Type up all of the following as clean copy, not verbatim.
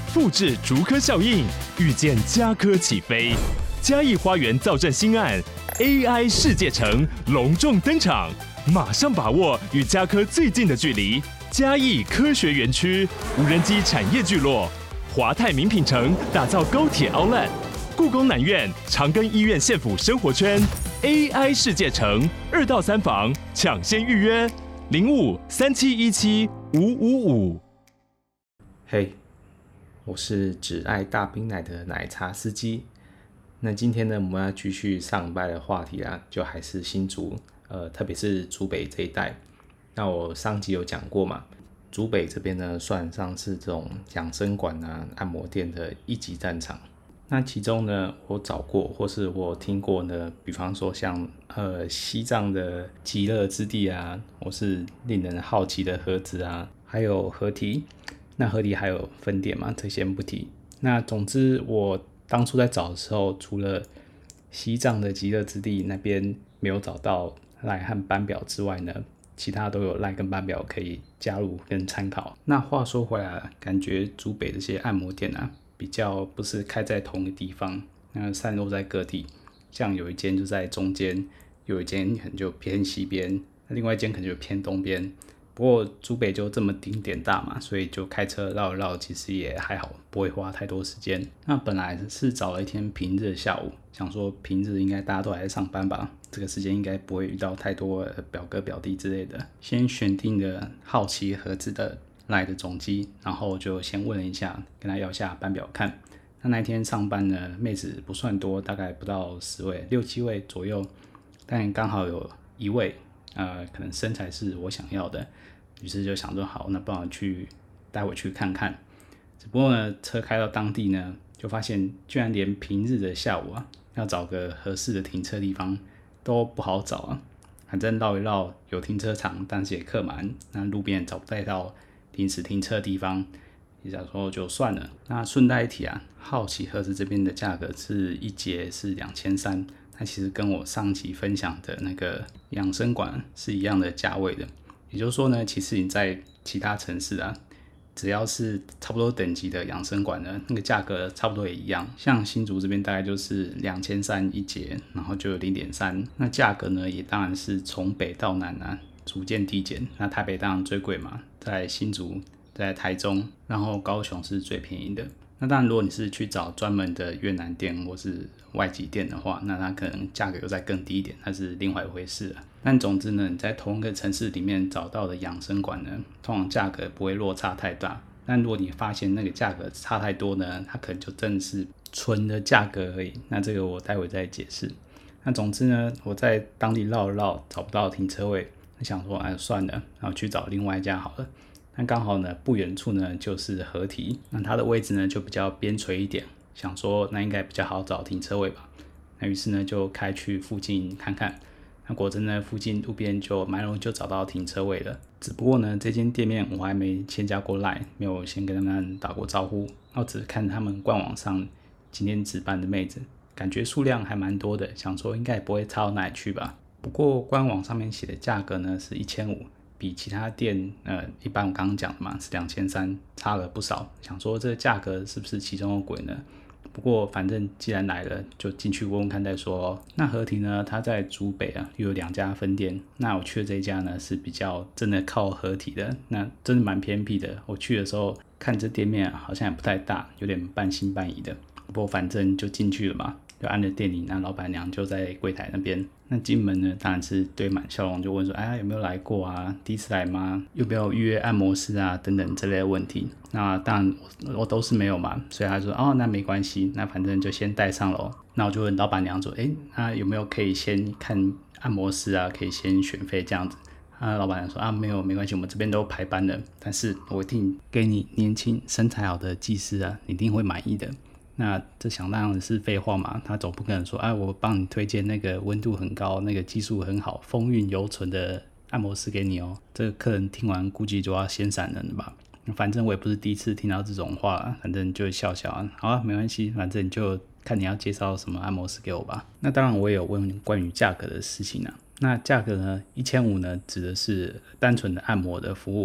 复制竹科效应，预见家科起飞。嘉义花园造镇新案 AI 世界城隆重登场，马上把握与家科最近的距离。嘉义科学园区无人机产业聚落，华泰名品城打造高铁 Outlet， 故宫南院长庚医院县府生活圈 AI 世界城2到3房抢先预约0537175555。 嘿，我是只爱大冰奶的奶茶司机。那今天呢，我们要继续上礼拜的话题啦，就还是新竹，特别是竹北这一带。那我上集有讲过嘛，竹北这边呢，算上是这种养生馆啊、按摩店的一级战场。那其中呢，我找过或是我听过呢，比方说像西藏的极乐之地啊，或是令人好奇的盒子啊，还有河堤。那河堤还有分店嘛，这些不提。那总之我当初在找的时候，除了西藏的极乐之地那边没有找到赖和班表之外呢，其他都有赖跟班表可以加入跟参考。那话说回来，感觉竹北这些按摩店啊，比较不是开在同一个地方，那散落在各地。像有一间就在中间，有一间可能就偏西边，另外一间可能就偏东边。不过竹北就这么丁点大嘛，所以就开车绕一绕，其实也还好，不会花太多时间。那本来是找了一天平日的下午，想说平日应该大家都还在上班吧，这个时间应该不会遇到太多表哥表弟之类的。先选定了好奇盒子的赖的总机，然后就先问了一下，跟他要下班表看。那天上班呢，妹子不算多，大概不到10位，6、7位左右，但刚好有1位，可能身材是我想要的。于是就想说好，那不然待会去看看。只不过呢，车开到当地呢，就发现居然连平日的下午啊，要找个合适的停车地方都不好找啊。反正绕一绕有停车场，但是也客满，那路边找不到临时停车的地方，也想说就算了。那顺带一提啊，好奇盒子这边的价格是一节是2300，那其实跟我上期分享的那个养生馆是一样的价位的。也就是说呢，其实你在其他城市啊，只要是差不多等级的养生馆呢，那个价格差不多也一样。像新竹这边大概就是2300一节，然后就有 0.3， 那价格呢也当然是从北到南啊逐渐递减。那台北当然最贵嘛，在新竹，在台中，然后高雄是最便宜的。那当然如果你是去找专门的越南店或是外籍店的话，那它可能价格又再更低一点，它是另外一回事了。但总之呢，你在同一个城市里面找到的养生馆呢，通常价格不会落差太大。但如果你发现那个价格差太多呢，它可能就真的是纯的价格而已。那这个我待会再解释。那总之呢，我在当地绕一绕找不到停车位，想说算了，然后去找另外一家好了。那刚好呢，不远处呢就是河堤，那它的位置呢就比较边陲一点，想说那应该比较好找停车位吧。那于是呢就开去附近看看。那果真呢，附近路边就蛮容易就找到停车位了。只不过呢，这间店面我还没先加过 LINE， 没有先跟他们打过招呼，然后只看他们官网上今天值班的妹子，感觉数量还蛮多的，想说应该也不会差到哪里去吧。不过官网上面写的价格呢是1500，比其他店一般我刚刚讲的嘛是2300，差了不少。想说这个价格是不是其中有鬼呢？不过反正既然来了，就进去问问看再说。那河堤呢，它在竹北啊，又有2家分店。那我去的这一家呢，是比较真的靠河堤的，那真的蛮偏僻的。我去的时候看这店面好像也不太大，有点半信半疑的。不过反正就进去了嘛，就按了店里，那老板娘就在柜台那边。那进门呢，当然是堆满笑容，就问说：“有没有来过啊？第一次来吗？有没有预约按摩师啊？等等这类的问题。”那当然我都是没有嘛，所以他说：“那没关系，那反正就先带上咯。”那我就问老板娘说：“那有没有可以先看按摩师啊？可以先选费这样子？”老板娘说：“没有，没关系，我们这边都排班了，但是我一定给你年轻身材好的技师啊，你一定会满意的。”那这想当然是废话嘛，他总不可能说我帮你推荐那个温度很高、那个技术很好、风韵犹存的按摩师给你哦。这个客人听完估计就要先闪人了吧。反正我也不是第一次听到这种话，反正就笑笑好啊，没关系，反正就看你要介绍什么按摩师给我吧。那当然我也有问关于价格的事情啊。那价格呢，1500呢指的是单纯的按摩的服务，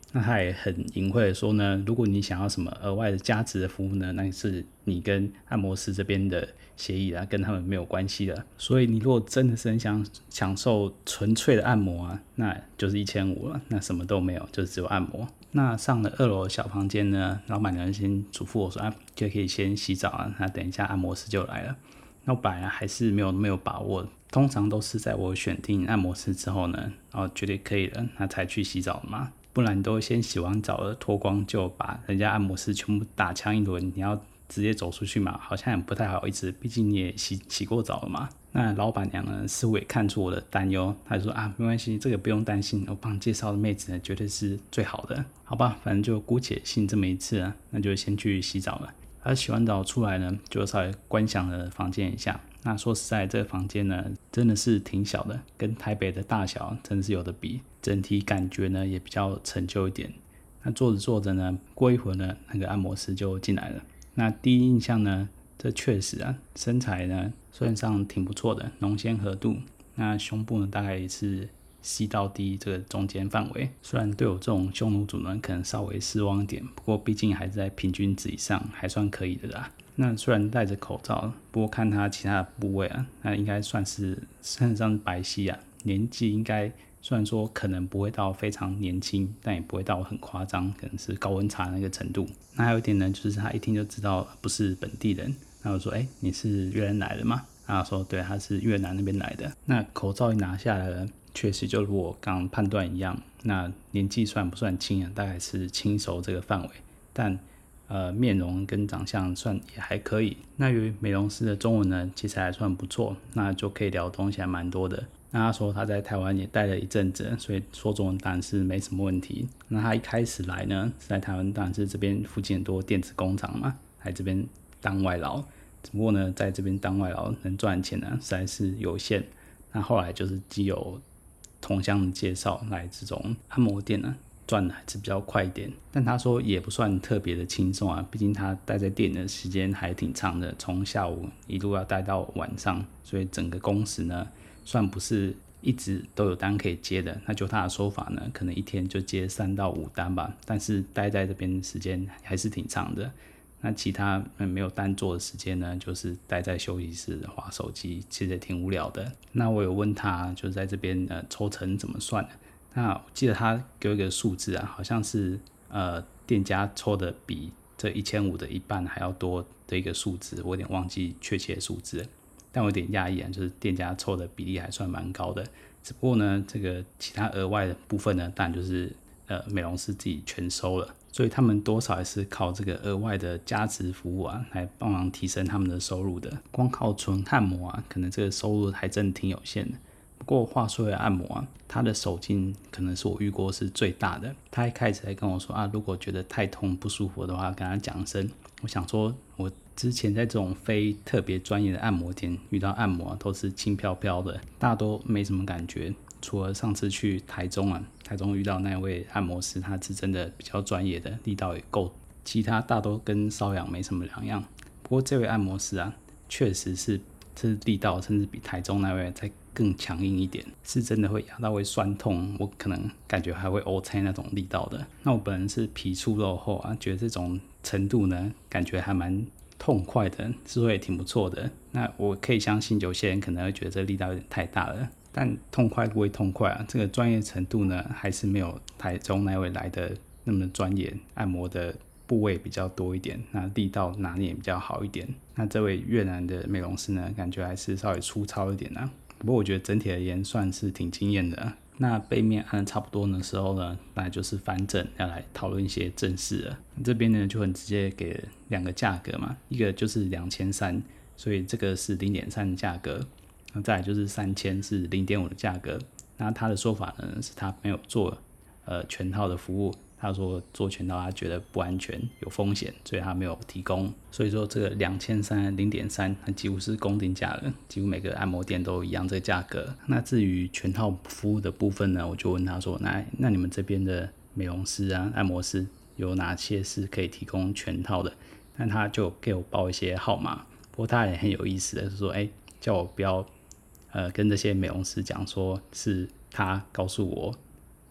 那他也很隐晦的说呢，如果你想要什么额外的加值的服务呢，那是你跟按摩师这边的协议啦，跟他们没有关系的。所以你如果真的是很想享受纯粹的按摩啊，那就是1500了，那什么都没有，就只有按摩。那上了2楼的小房间呢，老板娘先嘱咐我说就可以先洗澡啊，那等一下按摩师就来了。那我本来还是没有把握，通常都是在我选定按摩师之后呢，然后觉得可以了，那才去洗澡嘛。不然你都先洗完澡了，脱光就把人家按摩师全部打枪一轮，你要直接走出去嘛，好像也不太好意思，毕竟你也洗过澡了嘛。那老板娘呢，似乎也看出我的担忧，她就说没关系，这个不用担心，我帮你介绍的妹子呢，绝对是最好的，好吧，反正就姑且信这么一次啊，那就先去洗澡了。洗完澡出来呢，就稍微观想了房间一下。那说实在，这个房间呢，真的是挺小的，跟台北的大小真的是有的比。整体感觉呢，也比较陈旧一点。那坐着呢，过一会儿呢，那个按摩师就进来了。那第一印象呢，这确实身材呢算上挺不错的，浓纤合度。那胸部呢，大概是C 到 D 这个中间范围，虽然对我这种匈奴族呢可能稍微失望一点，不过毕竟还是在平均值以上，还算可以的啦。那虽然戴着口罩，不过看他其他的部位那应该算是白皙年纪应该虽然说可能不会到非常年轻，但也不会到很夸张，可能是高温茶那个程度。那还有一点呢，就是他一听就知道不是本地人，那我说你是越南来的吗？他说对，他是越南那边来的。那口罩一拿下来了，确实就如我刚判断一样，那年纪算不算轻大概是轻熟这个范围，但面容跟长相算也还可以。那由于美容师的中文呢，其实还算不错，那就可以聊的东西还蛮多的。那他说他在台湾也待了一阵子，所以说中文当然是没什么问题。那他一开始来呢，是在台湾当然是这边附近很多电子工厂嘛，来这边当外劳。只不过呢，在这边当外劳能赚钱呢，实在是有限。那后来就是既有同乡的介绍来这种按摩店赚的还是比较快一点，但他说也不算特别的轻松毕竟他待在店的时间还挺长的，从下午一路要待到晚上，所以整个工时呢，算不是一直都有单可以接的。那就他的说法呢，可能一天就接3到5单吧，但是待在这边的时间还是挺长的。那其他没有单做的时间呢，就是待在休息室滑手机，其实也挺无聊的。那我有问他，就是在这边抽成怎么算的？那我记得他给我一个数字好像是店家抽的比这1500的一半还要多的一个数字，我有点忘记确切的数字了，但我有点讶异就是店家抽的比例还算蛮高的。只不过呢，这个其他额外的部分呢，当然就是美容师自己全收了，所以他们多少还是靠这个额外的加值服务来帮忙提升他们的收入的。光靠纯按摩可能这个收入还真挺有限的。不过话说回来，按摩他的手劲可能是我遇过是最大的。他一开始还跟我说如果觉得太痛不舒服的话，跟他讲声。我想说，我之前在这种非特别专业的按摩店遇到按摩都是轻飘飘的，大家都没什么感觉。除了上次去台中遇到那位按摩师，他是真的比较专业的，力道也够，其他大都跟瘙痒没什么两样。不过这位按摩师确实是这力道甚至比台中那位再更强硬一点，是真的会压到会酸痛，我可能感觉还会 OK 那种力道的。那我本人是皮粗肉厚觉得这种程度呢，感觉还蛮痛快的，是会也挺不错的。那我可以相信有些人可能会觉得这力道有点太大了，但痛快归痛快这个专业程度呢，还是没有台中那位来的那么专业，按摩的部位比较多一点，那力道拿捏也比较好一点。那这位越南的美容师呢，感觉还是稍微粗糙一点不过我觉得整体而言算是挺惊艳的那背面按差不多的时候呢，当然就是翻正要来讨论一些正事了。这边呢就很直接给了2个价格嘛，一个就是2300，所以这个是 0.3 的价格，再来就是3000是 0.5 的价格。那他的说法呢是他没有做全套的服务，他说做全套他觉得不安全有风险，所以他没有提供。所以说这个2300 0.3它几乎是公定价了，几乎每个按摩店都一样这个价格。那至于全套服务的部分呢，我就问他说那你们这边的美容师按摩师有哪些是可以提供全套的？那他就给我报一些号码。不过他也很有意思的是说叫我不要跟这些美容师讲说是他告诉我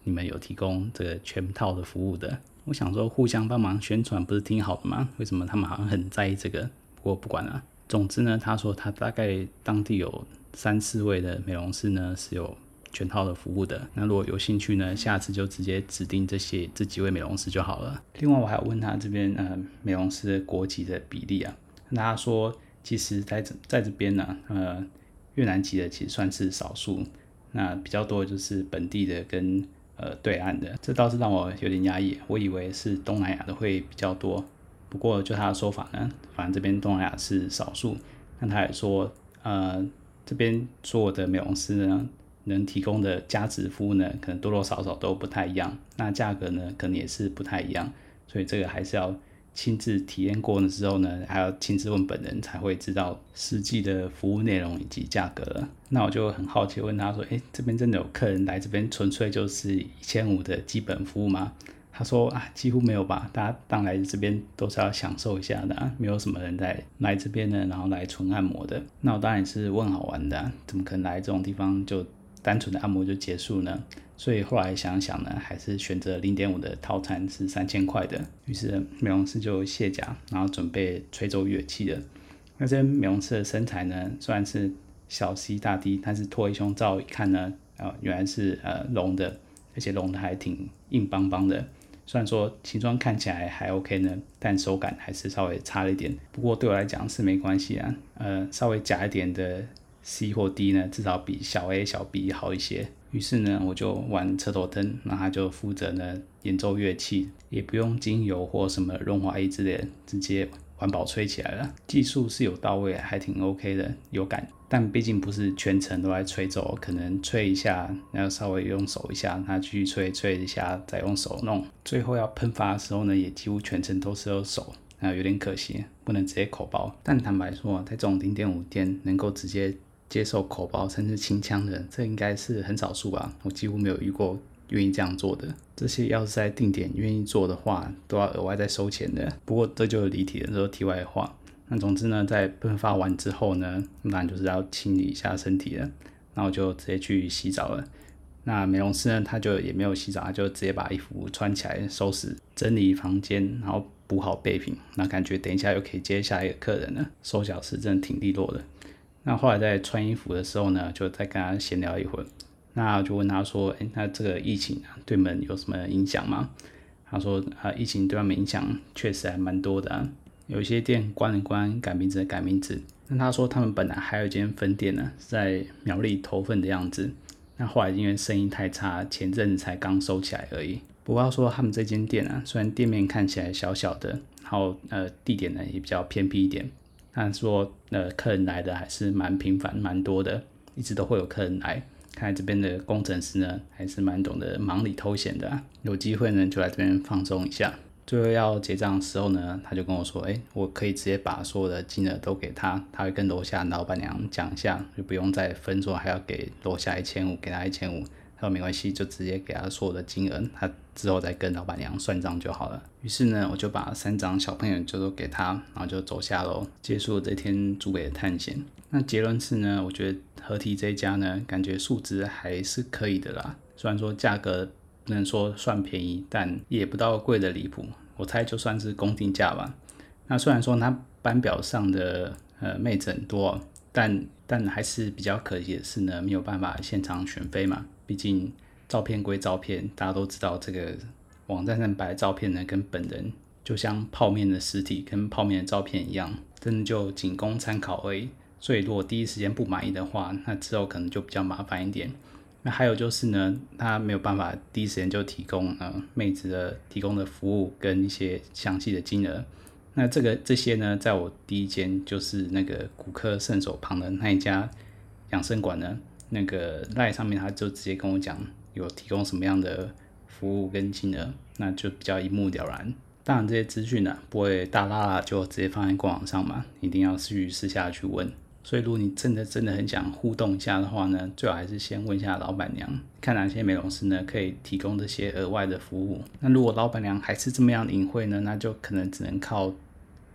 你们有提供这个全套的服务的。我想说互相帮忙宣传不是挺好的吗？为什么他们好像很在意这个？不过不管了。总之呢，他说他大概当地有3-4位的美容师呢是有全套的服务的。那如果有兴趣呢，下次就直接指定这几位美容师就好了。另外我还有问他这边美容师的国籍的比例啊，那他说其实在这边呢，越南籍的其实算是少数，那比较多的就是本地的跟对岸的，这倒是让我有点压抑，我以为是东南亚的会比较多。不过就他的说法呢，反正这边东南亚是少数。那他也说这边所有的美容师呢能提供的价值服务呢，可能多多少少都不太一样，那价格呢可能也是不太一样，所以这个还是要亲自体验过的时候呢，还要亲自问本人才会知道实际的服务内容以及价格了。那我就很好奇问他说，这边真的有客人来这边纯粹就是1500的基本服务吗？他说几乎没有吧，大家当来这边都是要享受一下的没有什么人来这边呢，然后来纯按摩的。那我当然是问好玩的怎么可能来这种地方就单纯的按摩就结束呢？所以后来想想呢，还是选择 0.5 的套餐是3000块的。于是美容师就卸甲，然后准备吹奏乐器了。那这边美容师的身材呢，虽然是小 C 大 D， 但是脱一胸罩一看呢，原来是隆的，而且隆的还挺硬邦邦的。虽然说形状看起来还 OK 呢，但手感还是稍微差了一点。不过对我来讲是没关系啊，稍微假一点的 C 或 D 呢，至少比小 A 小 B 好一些。于是呢，我就玩车头灯，那他就负责呢演奏乐器，也不用精油或什么润滑液之类的，直接环保吹起来了。技术是有到位，还挺 OK 的，有感。但毕竟不是全程都在吹奏，可能吹一下，然后稍微用手一下，他继续吹一下，再用手弄。最后要喷发的时候呢，也几乎全程都是用手，有点可惜，不能直接口包。但坦白说，在这种 0.5 店能够直接接受口包甚至清腔的，这应该是很少数吧，我几乎没有遇过愿意这样做的。这些要是在定点愿意做的话，都要额外再收钱的。不过这就离题了，说题外话。那总之呢，在喷发完之后呢，当然就是要清理一下身体了。那我就直接去洗澡了。那美容师呢，他就也没有洗澡，他就直接把衣服穿起来，收拾整理房间，然后补好备品。那感觉等一下又可以接下一个客人了，收小时真的挺利落的。那后来在穿衣服的时候呢，就再跟他闲聊一会儿。那我就问他说，那这个疫情对你们有什么影响吗？他说疫情对他们影响确实还蛮多的有一些店关了关，改名字的改名字。那他说他们本来还有一间分店呢，是在苗栗头份的样子。那后来因为生意太差，前阵子才刚收起来而已。不过要说他们这间店虽然店面看起来小小的，然后地点呢也比较偏僻一点，但说客人来的还是蛮频繁蛮多的，一直都会有客人来。看来这边的工程师呢还是蛮懂得忙里偷闲的有机会呢就来这边放松一下。最后要结账的时候呢，他就跟我说我可以直接把所有的金额都给他，他会跟楼下老板娘讲一下，就不用再分说还要给楼下1500，给他1500。他说没关系，就直接给他所有的金额，他之后再跟老板娘算账就好了。于是呢，我就把3张小朋友就都给他，然后就走下楼，结束了这天竹北的探险。那结论是呢，我觉得合体这一家呢，感觉素质还是可以的啦。虽然说价格不能说算便宜，但也不到贵的离谱。我猜就算是公定价吧。那虽然说它班表上的妹子很多，但还是比较可惜的是呢，没有办法现场选妃嘛。毕竟照片归照片，大家都知道这个网站上摆的照片呢，跟本人就像泡面的实体跟泡面的照片一样，真的就仅供参考而已。所以如果第一时间不满意的话，那之后可能就比较麻烦一点。那还有就是呢，他没有办法第一时间就提供妹子的提供的服务跟一些详细的金额。那这些呢，在我第一间就是那个骨科圣手旁的那一家养生馆呢，那个 LINE 上面他就直接跟我讲有提供什么样的服务跟金额，那就比较一目了然。当然这些资讯不会大拉就直接放在官网上嘛，一定要去私下去问。所以如果你真的很想互动一下的话呢，最好还是先问一下老板娘，看哪些美容师呢可以提供这些额外的服务。那如果老板娘还是这么样隐晦呢，那就可能只能靠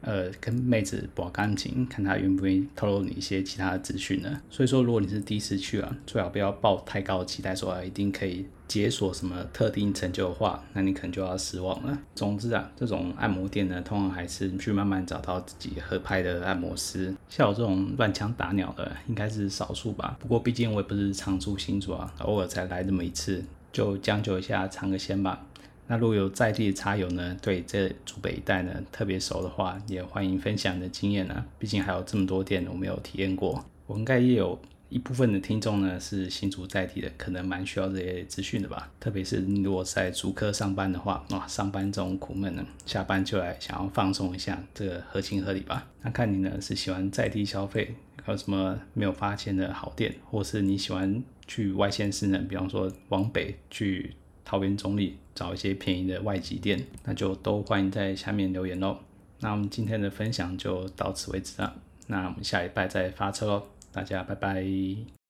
跟妹子把感情，看她愿不愿意透露你一些其他的资讯呢？所以说，如果你是第一次去啊，最好不要抱太高的期待，说一定可以解锁什么特定成就的话，那你可能就要失望了。总之啊，这种按摩店呢，通常还是去慢慢找到自己合拍的按摩师。像我这种乱枪打鸟的，应该是少数吧。不过毕竟我也不是常住新竹啊，偶尔才来这么一次，就将就一下尝个鲜吧。那如果有在地的茶友呢，对这竹北一带呢特别熟的话，也欢迎分享你的经验啊。毕竟还有这么多店我没有体验过，我应该也有一部分的听众呢是新竹在地的，可能蛮需要这些资讯的吧。特别是你如果在竹科上班的话，哇，上班这种苦闷呢，下班就来想要放松一下，这个合情合理吧。那看你呢是喜欢在地消费，还有什么没有发现的好店，或是你喜欢去外县市呢，比方说往北去桃园中立找一些便宜的外籍店，那就都欢迎在下面留言咯。那我们今天的分享就到此为止了，那我们下礼拜再发车咯，大家拜拜。